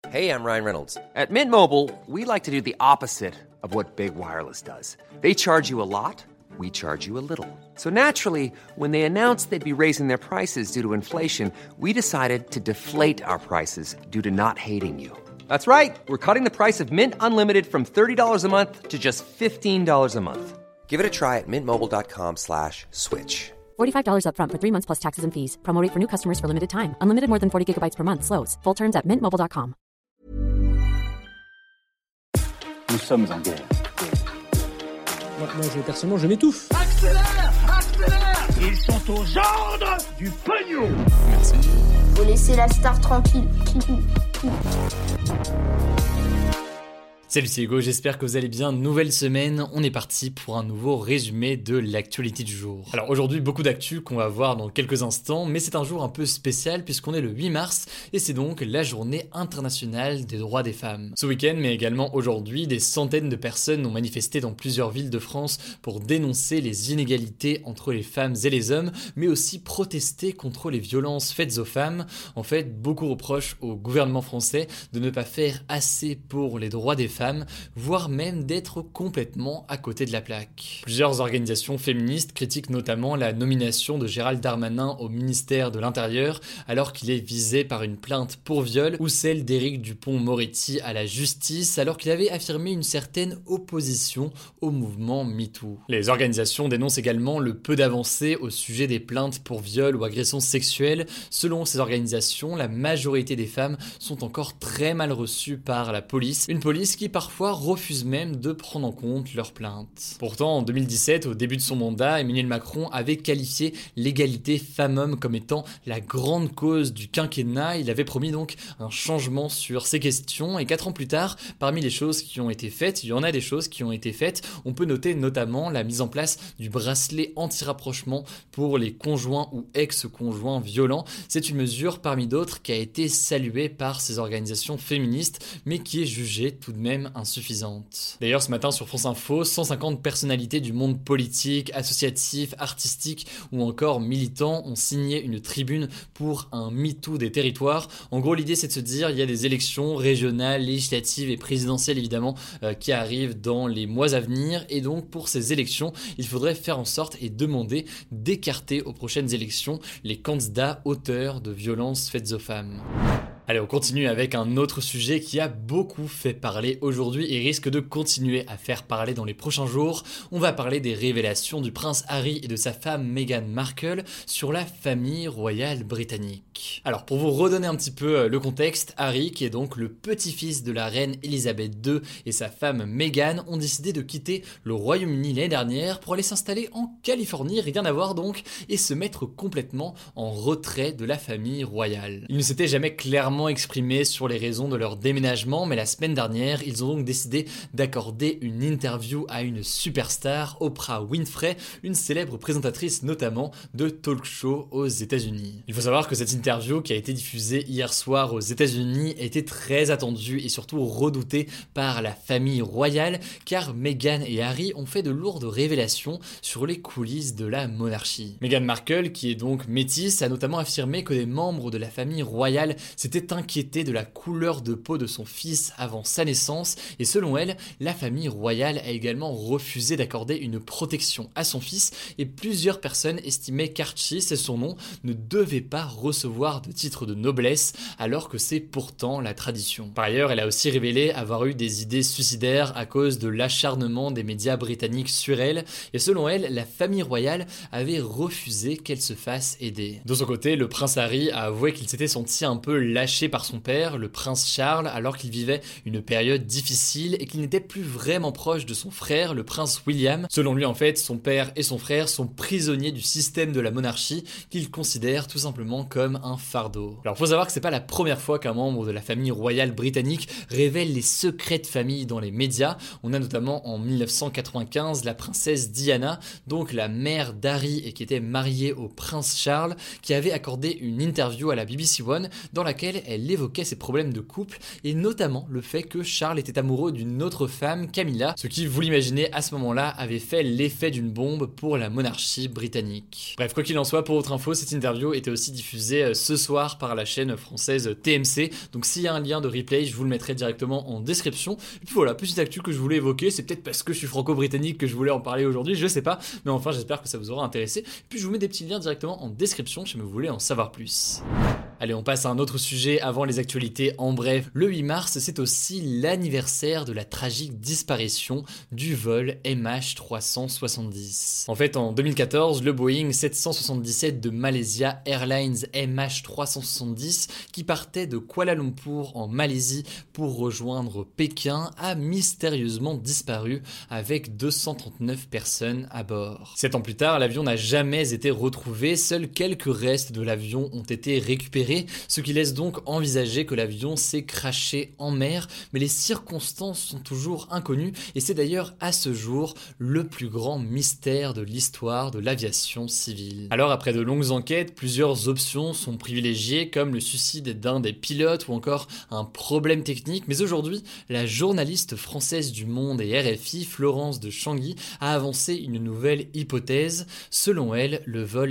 Hey, I'm Ryan Reynolds. At Mint Mobile, we like to do the opposite of what Big Wireless does. They charge you a lot, we charge you a little. So naturally, when they announced they'd be raising their prices due to inflation, we decided to deflate our prices due to not hating you. That's right. We're cutting the price of Mint Unlimited from $30 a month to just $15 a month. Give it a try at mintmobile.com/switch. $45 up front for 3 months plus taxes and fees. Promo rate for new customers for limited time. Unlimited more than 40 gigabytes per month. Slows full terms at mintmobile.com. Nous sommes en guerre. Moi personnellement, je m'étouffe. Accélère! Ils sont aux ordres du pognon. Merci. Faut laisser la star tranquille. Salut, c'est Hugo, j'espère que vous allez bien. Nouvelle semaine, on est parti pour un nouveau résumé de l'actualité du jour. Alors aujourd'hui, beaucoup d'actu qu'on va voir dans quelques instants, mais c'est un jour un peu spécial puisqu'on est le 8 mars et c'est donc la journée internationale des droits des femmes. Ce week-end, mais également aujourd'hui, des centaines de personnes ont manifesté dans plusieurs villes de France pour dénoncer les inégalités entre les femmes et les hommes, mais aussi protester contre les violences faites aux femmes. En fait, beaucoup reprochent au gouvernement français de ne pas faire assez pour les droits des femmes, voire même d'être complètement à côté de la plaque. Plusieurs organisations féministes critiquent notamment la nomination de Gérald Darmanin au ministère de l'Intérieur alors qu'il est visé par une plainte pour viol, ou celle d'Éric Dupond-Moretti à la justice alors qu'il avait affirmé une certaine opposition au mouvement MeToo. Les organisations dénoncent également le peu d'avancées au sujet des plaintes pour viol ou agressions sexuelles. Selon ces organisations, la majorité des femmes sont encore très mal reçues par la police, une police qui parfois refusent même de prendre en compte leurs plaintes. Pourtant, en 2017, au début de son mandat, Emmanuel Macron avait qualifié l'égalité femmes-hommes comme étant la grande cause du quinquennat. Il avait promis donc un changement sur ces questions et 4 ans plus tard, parmi les choses qui ont été faites, il y en a des choses qui ont été faites. On peut noter notamment la mise en place du bracelet anti-rapprochement pour les conjoints ou ex-conjoints violents. C'est une mesure parmi d'autres qui a été saluée par ces organisations féministes, mais qui est jugée tout de même insuffisante. D'ailleurs, ce matin sur France Info, 150 personnalités du monde politique, associatif, artistique ou encore militant ont signé une tribune pour un MeToo des territoires. En gros, l'idée c'est de se dire, il y a des élections régionales, législatives et présidentielles évidemment qui arrivent dans les mois à venir, et donc pour ces élections, il faudrait faire en sorte et demander d'écarter aux prochaines élections les candidats auteurs de violences faites aux femmes. Allez, on continue avec un autre sujet qui a beaucoup fait parler aujourd'hui et risque de continuer à faire parler dans les prochains jours. On va parler des révélations du prince Harry et de sa femme Meghan Markle sur la famille royale britannique. Alors, pour vous redonner un petit peu le contexte, Harry, qui est donc le petit-fils de la reine Elisabeth II, et sa femme Meghan ont décidé de quitter le Royaume-Uni l'année dernière pour aller s'installer en Californie, rien à voir donc, et se mettre complètement en retrait de la famille royale. Ils ne s'étaient jamais clairement exprimé sur les raisons de leur déménagement, mais la semaine dernière, ils ont donc décidé d'accorder une interview à une superstar, Oprah Winfrey, une célèbre présentatrice notamment de talk show aux États-Unis. Il faut savoir que cette interview qui a été diffusée hier soir aux États-Unis a été très attendue et surtout redoutée par la famille royale, car Meghan et Harry ont fait de lourdes révélations sur les coulisses de la monarchie. Meghan Markle, qui est donc métisse, a notamment affirmé que des membres de la famille royale s'étaient inquiété de la couleur de peau de son fils avant sa naissance, et selon elle, la famille royale a également refusé d'accorder une protection à son fils, et plusieurs personnes estimaient qu'Archie, c'est son nom, ne devait pas recevoir de titre de noblesse, alors que c'est pourtant la tradition. Par ailleurs, elle a aussi révélé avoir eu des idées suicidaires à cause de l'acharnement des médias britanniques sur elle, et selon elle, la famille royale avait refusé qu'elle se fasse aider. De son côté, le prince Harry a avoué qu'il s'était senti un peu lâché par son père, le prince Charles, alors qu'il vivait une période difficile et qu'il n'était plus vraiment proche de son frère, le prince William. Selon lui, en fait, son père et son frère sont prisonniers du système de la monarchie qu'il considère tout simplement comme un fardeau. Alors, faut savoir que c'est pas la première fois qu'un membre de la famille royale britannique révèle les secrets de famille dans les médias. On a notamment en 1995 la princesse Diana, donc la mère d'Harry et qui était mariée au prince Charles, qui avait accordé une interview à la BBC One dans laquelle elle évoquait ses problèmes de couple et notamment le fait que Charles était amoureux d'une autre femme, Camilla, ce qui, vous l'imaginez, à ce moment-là, avait fait l'effet d'une bombe pour la monarchie britannique. Bref, quoi qu'il en soit, pour votre info, cette interview était aussi diffusée ce soir par la chaîne française TMC, donc s'il y a un lien de replay, je vous le mettrai directement en description. Et puis voilà, petite actu que je voulais évoquer, c'est peut-être parce que je suis franco-britannique que je voulais en parler aujourd'hui, je sais pas, mais enfin j'espère que ça vous aura intéressé. Et puis je vous mets des petits liens directement en description si vous voulez en savoir plus. Allez, on passe à un autre sujet avant les actualités en bref. Le 8 mars, c'est aussi l'anniversaire de la tragique disparition du vol MH370. En fait, en 2014, le Boeing 777 de Malaysia Airlines MH370, qui partait de Kuala Lumpur en Malaisie pour rejoindre Pékin, a mystérieusement disparu avec 239 personnes à bord. 7 ans plus tard, l'avion n'a jamais été retrouvé, seuls quelques restes de l'avion ont été récupérés, ce qui laisse donc envisager que l'avion s'est crashé en mer, mais les circonstances sont toujours inconnues et c'est d'ailleurs à ce jour le plus grand mystère de l'histoire de l'aviation civile. Alors après de longues enquêtes, plusieurs options sont privilégiées comme le suicide d'un des pilotes ou encore un problème technique, mais aujourd'hui, la journaliste française du Monde et RFI, Florence de Changy, a avancé une nouvelle hypothèse. Selon elle, le vol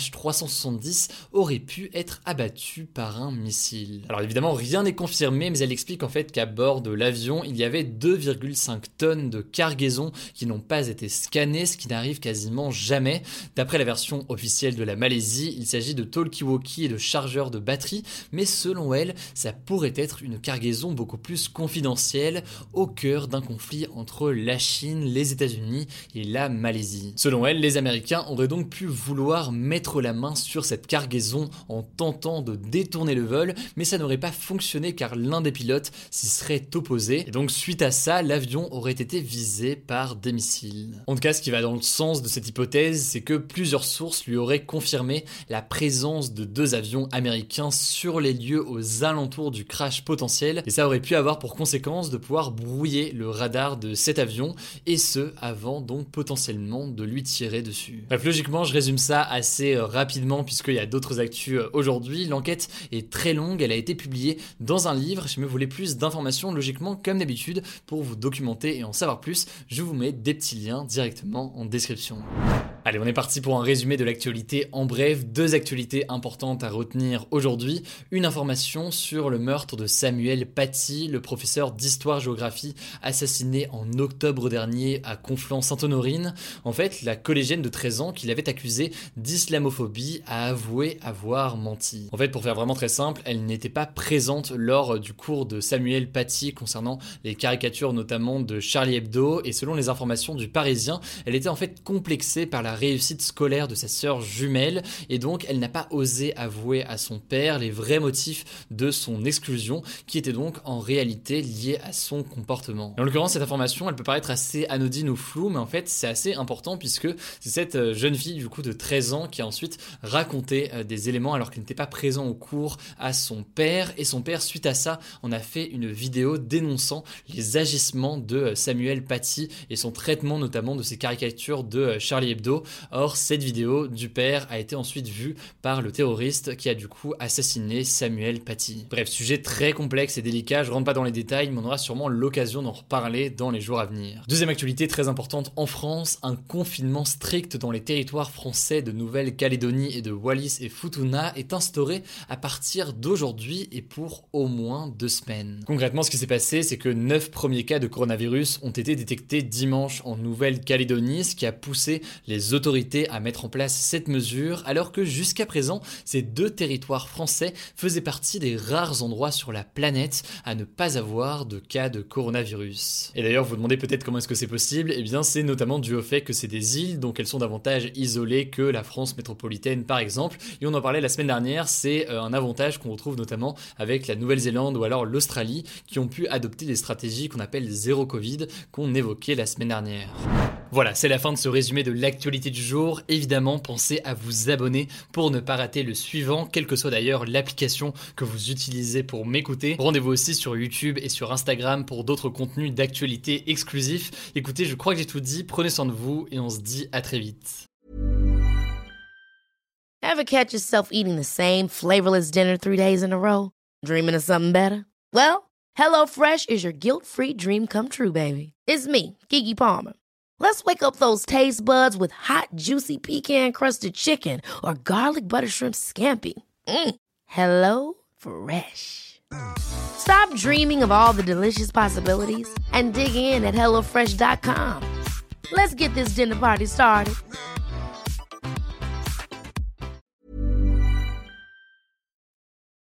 MH370 aurait pu être abattu par un missile. Alors évidemment, rien n'est confirmé, mais elle explique en fait qu'à bord de l'avion, il y avait 2,5 tonnes de cargaison qui n'ont pas été scannées, ce qui n'arrive quasiment jamais. D'après la version officielle de la Malaisie, il s'agit de talkie-walkie et de chargeurs de batterie, mais selon elle, ça pourrait être une cargaison beaucoup plus confidentielle au cœur d'un conflit entre la Chine, les États-Unis et la Malaisie. Selon elle, les Américains auraient donc pu vouloir mettre la main sur cette cargaison en tentant de détourner le vol, mais ça n'aurait pas fonctionné car l'un des pilotes s'y serait opposé. Et donc suite à ça, l'avion aurait été visé par des missiles. En tout cas, ce qui va dans le sens de cette hypothèse, c'est que plusieurs sources lui auraient confirmé la présence de 2 avions américains sur les lieux aux alentours du crash potentiel, et ça aurait pu avoir pour conséquence de pouvoir brouiller le radar de cet avion, et ce, avant donc potentiellement de lui tirer dessus. Bref, logiquement, je résume ça assez rapidement puisqu'il y a d'autres actus aujourd'hui. L'enquête est très longue, elle a été publiée dans un livre. Si vous voulez plus d'informations, logiquement, comme d'habitude, pour vous documenter et en savoir plus, je vous mets des petits liens directement en description. Allez, on est parti pour un résumé de l'actualité en bref. 2 actualités importantes à retenir aujourd'hui. Une information sur le meurtre de Samuel Paty, le professeur d'histoire-géographie assassiné en octobre dernier à Conflans-Sainte-Honorine. En fait, la collégienne de 13 ans qui l'avait accusé d'islamophobie a avoué avoir menti. En fait, pour faire vraiment très simple, elle n'était pas présente lors du cours de Samuel Paty concernant les caricatures notamment de Charlie Hebdo, et selon les informations du Parisien, elle était en fait complexée par la réussite scolaire de sa sœur jumelle, et donc elle n'a pas osé avouer à son père les vrais motifs de son exclusion, qui étaient donc en réalité liés à son comportement. Et en l'occurrence, cette information, elle peut paraître assez anodine ou floue, mais en fait c'est assez important puisque c'est cette jeune fille du coup de 13 ans qui a ensuite raconté des éléments alors qu'elle n'était pas présent au cours à son père, et son père suite à ça en a fait une vidéo dénonçant les agissements de Samuel Paty et son traitement notamment de ces caricatures de Charlie Hebdo. Or, cette vidéo du père a été ensuite vue par le terroriste qui a du coup assassiné Samuel Paty. Bref, sujet très complexe et délicat, je rentre pas dans les détails, mais on aura sûrement l'occasion d'en reparler dans les jours à venir. Deuxième actualité très importante en France, un confinement strict dans les territoires français de Nouvelle-Calédonie et de Wallis et Futuna est instauré à partir d'aujourd'hui et pour au moins 2 semaines. Concrètement, ce qui s'est passé, c'est que 9 premiers cas de coronavirus ont été détectés dimanche en Nouvelle-Calédonie, ce qui a poussé les autorités à mettre en place cette mesure, alors que jusqu'à présent, ces 2 territoires français faisaient partie des rares endroits sur la planète à ne pas avoir de cas de coronavirus. Et d'ailleurs, vous vous demandez peut-être comment est-ce que c'est possible. Eh bien, c'est notamment dû au fait que c'est des îles, donc elles sont davantage isolées que la France métropolitaine par exemple, et on en parlait la semaine dernière, c'est un avantage qu'on retrouve notamment avec la Nouvelle-Zélande ou alors l'Australie, qui ont pu adopter des stratégies qu'on appelle zéro Covid, qu'on évoquait la semaine dernière. Voilà, c'est la fin de ce résumé de l'actualité du jour. Évidemment, pensez à vous abonner pour ne pas rater le suivant, quelle que soit d'ailleurs l'application que vous utilisez pour m'écouter. Rendez-vous aussi sur YouTube et sur Instagram pour d'autres contenus d'actualité exclusifs. Écoutez, je crois que j'ai tout dit, prenez soin de vous et on se dit à très vite. Ever catch yourself eating the same flavorless dinner 3 days in a row? Dreaming of something better? Well, HelloFresh is your guilt-free dream come true, baby. It's me, Keke Palmer. Let's wake up those taste buds with hot, juicy pecan-crusted chicken or garlic butter shrimp scampi. Hello Fresh. Stop dreaming of all the delicious possibilities and dig in at HelloFresh.com. Let's get this dinner party started.